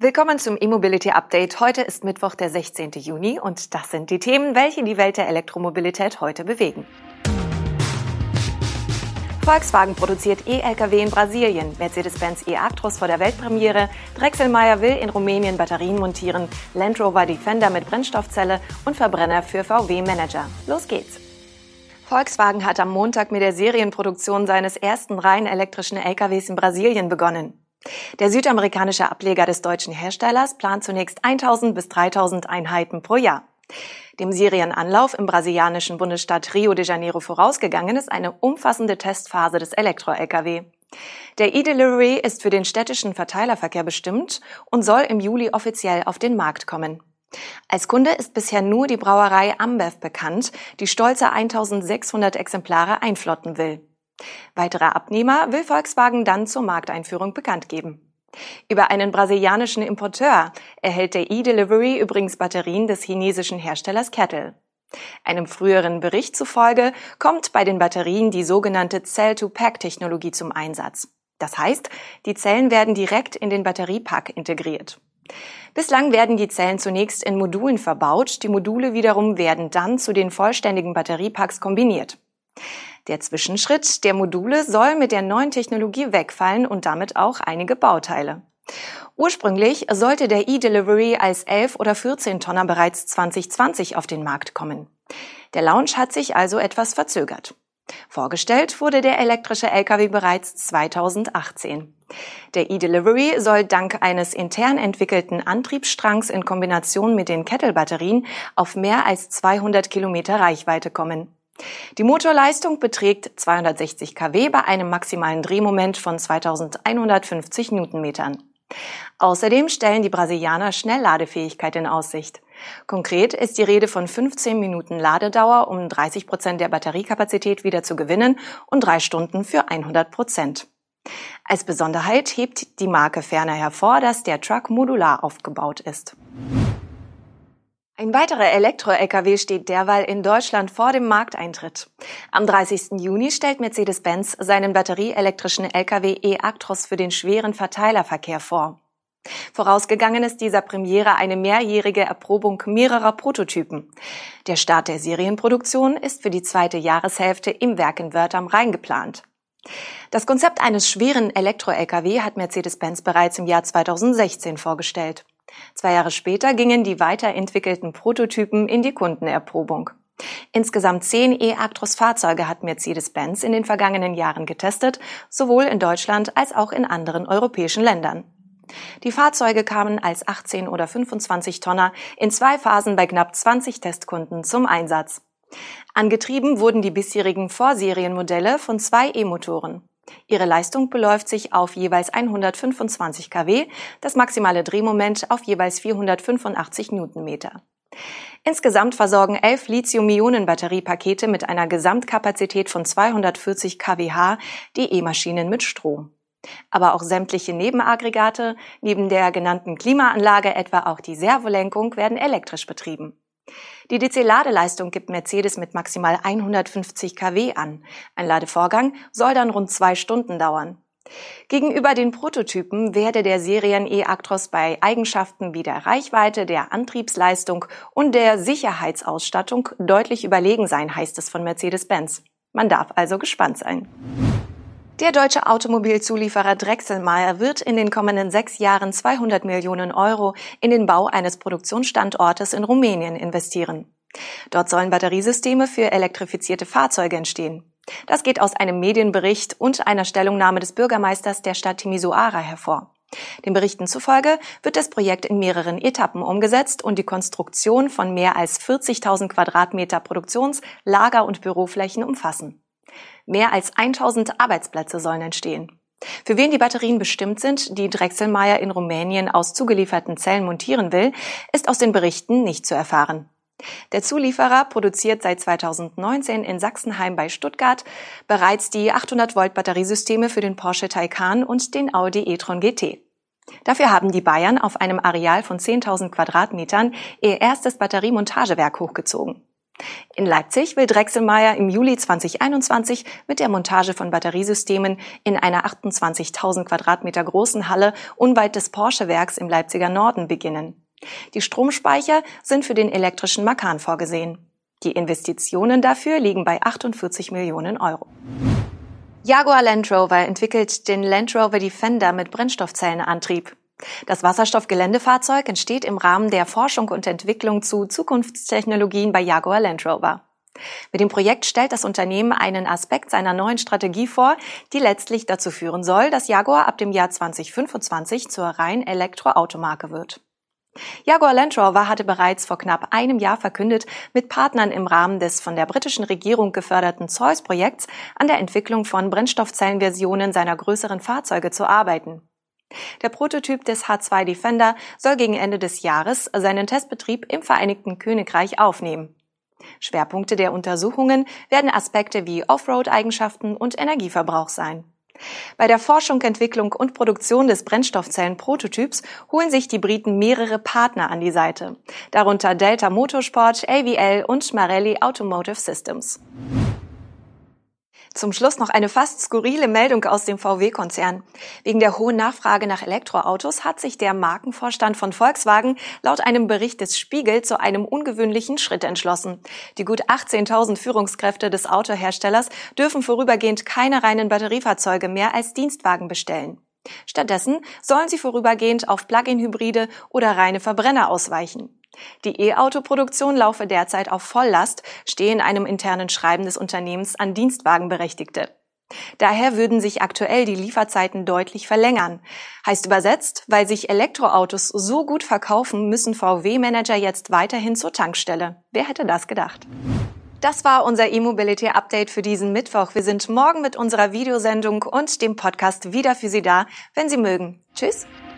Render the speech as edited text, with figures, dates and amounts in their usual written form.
Willkommen zum E-Mobility Update. Heute ist Mittwoch, der 16. Juni und das sind die Themen, welche die Welt der Elektromobilität heute bewegen. Volkswagen produziert E-Lkw in Brasilien, Mercedes-Benz E-Actros vor der Weltpremiere, Drechselmeier will in Rumänien Batterien montieren, Land Rover Defender mit Brennstoffzelle und Verbrenner für VW-Manager. Los geht's! Volkswagen hat am Montag mit der Serienproduktion seines ersten rein elektrischen LKWs in Brasilien begonnen. Der südamerikanische Ableger des deutschen Herstellers plant zunächst 1000 bis 3000 Einheiten pro Jahr. Dem Serienanlauf im brasilianischen Bundesstaat Rio de Janeiro vorausgegangen ist eine umfassende Testphase des Elektro-Lkw. Der E-Delivery ist für den städtischen Verteilerverkehr bestimmt und soll im Juli offiziell auf den Markt kommen. Als Kunde ist bisher nur die Brauerei Ambev bekannt, die stolze 1600 Exemplare einflotten will. Weitere Abnehmer will Volkswagen dann zur Markteinführung bekannt geben. Über einen brasilianischen Importeur erhält der E-Delivery übrigens Batterien des chinesischen Herstellers Kettle. Einem früheren Bericht zufolge kommt bei den Batterien die sogenannte Cell-to-Pack-Technologie zum Einsatz. Das heißt, die Zellen werden direkt in den Batteriepack integriert. Bislang werden die Zellen zunächst in Modulen verbaut, die Module wiederum werden dann zu den vollständigen Batteriepacks kombiniert. Der Zwischenschritt der Module soll mit der neuen Technologie wegfallen und damit auch einige Bauteile. Ursprünglich sollte der E-Delivery als 11 oder 14 Tonner bereits 2020 auf den Markt kommen. Der Launch hat sich also etwas verzögert. Vorgestellt wurde der elektrische Lkw bereits 2018. Der E-Delivery soll dank eines intern entwickelten Antriebsstrangs in Kombination mit den Kettle-Batterien auf mehr als 200 Kilometer Reichweite kommen. Die Motorleistung beträgt 260 kW bei einem maximalen Drehmoment von 2150 Newtonmetern. Außerdem stellen die Brasilianer Schnellladefähigkeit in Aussicht. Konkret ist die Rede von 15 Minuten Ladedauer, um 30% der Batteriekapazität wieder zu gewinnen und 3 Stunden für 100%. Als Besonderheit hebt die Marke ferner hervor, dass der Truck modular aufgebaut ist. Ein weiterer Elektro-Lkw steht derweil in Deutschland vor dem Markteintritt. Am 30. Juni stellt Mercedes-Benz seinen batterieelektrischen Lkw E-Actros für den schweren Verteilerverkehr vor. Vorausgegangen ist dieser Premiere eine mehrjährige Erprobung mehrerer Prototypen. Der Start der Serienproduktion ist für die zweite Jahreshälfte im Werk in Wörth am Rhein geplant. Das Konzept eines schweren Elektro-Lkw hat Mercedes-Benz bereits im Jahr 2016 vorgestellt. 2 Jahre später gingen die weiterentwickelten Prototypen in die Kundenerprobung. Insgesamt 10 E-Actros-Fahrzeuge hat Mercedes-Benz in den vergangenen Jahren getestet, sowohl in Deutschland als auch in anderen europäischen Ländern. Die Fahrzeuge kamen als 18 oder 25 Tonner in 2 Phasen bei knapp 20 Testkunden zum Einsatz. Angetrieben wurden die bisherigen Vorserienmodelle von 2 E-Motoren. Ihre Leistung beläuft sich auf jeweils 125 kW, das maximale Drehmoment auf jeweils 485 Newtonmeter. Insgesamt versorgen 11 Lithium-Ionen-Batteriepakete mit einer Gesamtkapazität von 240 kWh die E-Maschinen mit Strom. Aber auch sämtliche Nebenaggregate, neben der genannten Klimaanlage etwa auch die Servolenkung, werden elektrisch betrieben. Die DC-Ladeleistung gibt Mercedes mit maximal 150 kW an. Ein Ladevorgang soll dann rund 2 Stunden dauern. Gegenüber den Prototypen werde der Serien-E-Actros bei Eigenschaften wie der Reichweite, der Antriebsleistung und der Sicherheitsausstattung deutlich überlegen sein, heißt es von Mercedes-Benz. Man darf also gespannt sein. Der deutsche Automobilzulieferer Drechselmeier wird in den kommenden 6 Jahren 200 Millionen Euro in den Bau eines Produktionsstandortes in Rumänien investieren. Dort sollen Batteriesysteme für elektrifizierte Fahrzeuge entstehen. Das geht aus einem Medienbericht und einer Stellungnahme des Bürgermeisters der Stadt Timișoara hervor. Den Berichten zufolge wird das Projekt in mehreren Etappen umgesetzt und die Konstruktion von mehr als 40.000 Quadratmeter Produktions-, Lager- und Büroflächen umfassen. Mehr als 1000 Arbeitsplätze sollen entstehen. Für wen die Batterien bestimmt sind, die Drechselmeier in Rumänien aus zugelieferten Zellen montieren will, ist aus den Berichten nicht zu erfahren. Der Zulieferer produziert seit 2019 in Sachsenheim bei Stuttgart bereits die 800-Volt-Batteriesysteme für den Porsche Taycan und den Audi e-tron GT. Dafür haben die Bayern auf einem Areal von 10.000 Quadratmetern ihr erstes Batteriemontagewerk hochgezogen. In Leipzig will Dräxlmaier im Juli 2021 mit der Montage von Batteriesystemen in einer 28.000 Quadratmeter großen Halle unweit des Porsche-Werks im Leipziger Norden beginnen. Die Stromspeicher sind für den elektrischen Macan vorgesehen. Die Investitionen dafür liegen bei 48 Millionen Euro. Jaguar Land Rover entwickelt den Land Rover Defender mit Brennstoffzellenantrieb. Das Wasserstoffgeländefahrzeug entsteht im Rahmen der Forschung und Entwicklung zu Zukunftstechnologien bei Jaguar Land Rover. Mit dem Projekt stellt das Unternehmen einen Aspekt seiner neuen Strategie vor, die letztlich dazu führen soll, dass Jaguar ab dem Jahr 2025 zur rein Elektroautomarke wird. Jaguar Land Rover hatte bereits vor knapp einem Jahr verkündet, mit Partnern im Rahmen des von der britischen Regierung geförderten Zeus-Projekts an der Entwicklung von Brennstoffzellenversionen seiner größeren Fahrzeuge zu arbeiten. Der Prototyp des H2 Defender soll gegen Ende des Jahres seinen Testbetrieb im Vereinigten Königreich aufnehmen. Schwerpunkte der Untersuchungen werden Aspekte wie Offroad-Eigenschaften und Energieverbrauch sein. Bei der Forschung, Entwicklung und Produktion des Brennstoffzellen-Prototyps holen sich die Briten mehrere Partner an die Seite, darunter Delta Motorsport, AVL und Marelli Automotive Systems. Zum Schluss noch eine fast skurrile Meldung aus dem VW-Konzern. Wegen der hohen Nachfrage nach Elektroautos hat sich der Markenvorstand von Volkswagen laut einem Bericht des Spiegel zu einem ungewöhnlichen Schritt entschlossen. Die gut 18.000 Führungskräfte des Autoherstellers dürfen vorübergehend keine reinen Batteriefahrzeuge mehr als Dienstwagen bestellen. Stattdessen sollen sie vorübergehend auf Plug-in-Hybride oder reine Verbrenner ausweichen. Die E-Auto-Produktion laufe derzeit auf Volllast, stehe in einem internen Schreiben des Unternehmens an Dienstwagenberechtigte. Daher würden sich aktuell die Lieferzeiten deutlich verlängern. Heißt übersetzt, weil sich Elektroautos so gut verkaufen, müssen VW-Manager jetzt weiterhin zur Tankstelle. Wer hätte das gedacht? Das war unser E-Mobility-Update für diesen Mittwoch. Wir sind morgen mit unserer Videosendung und dem Podcast wieder für Sie da, wenn Sie mögen. Tschüss!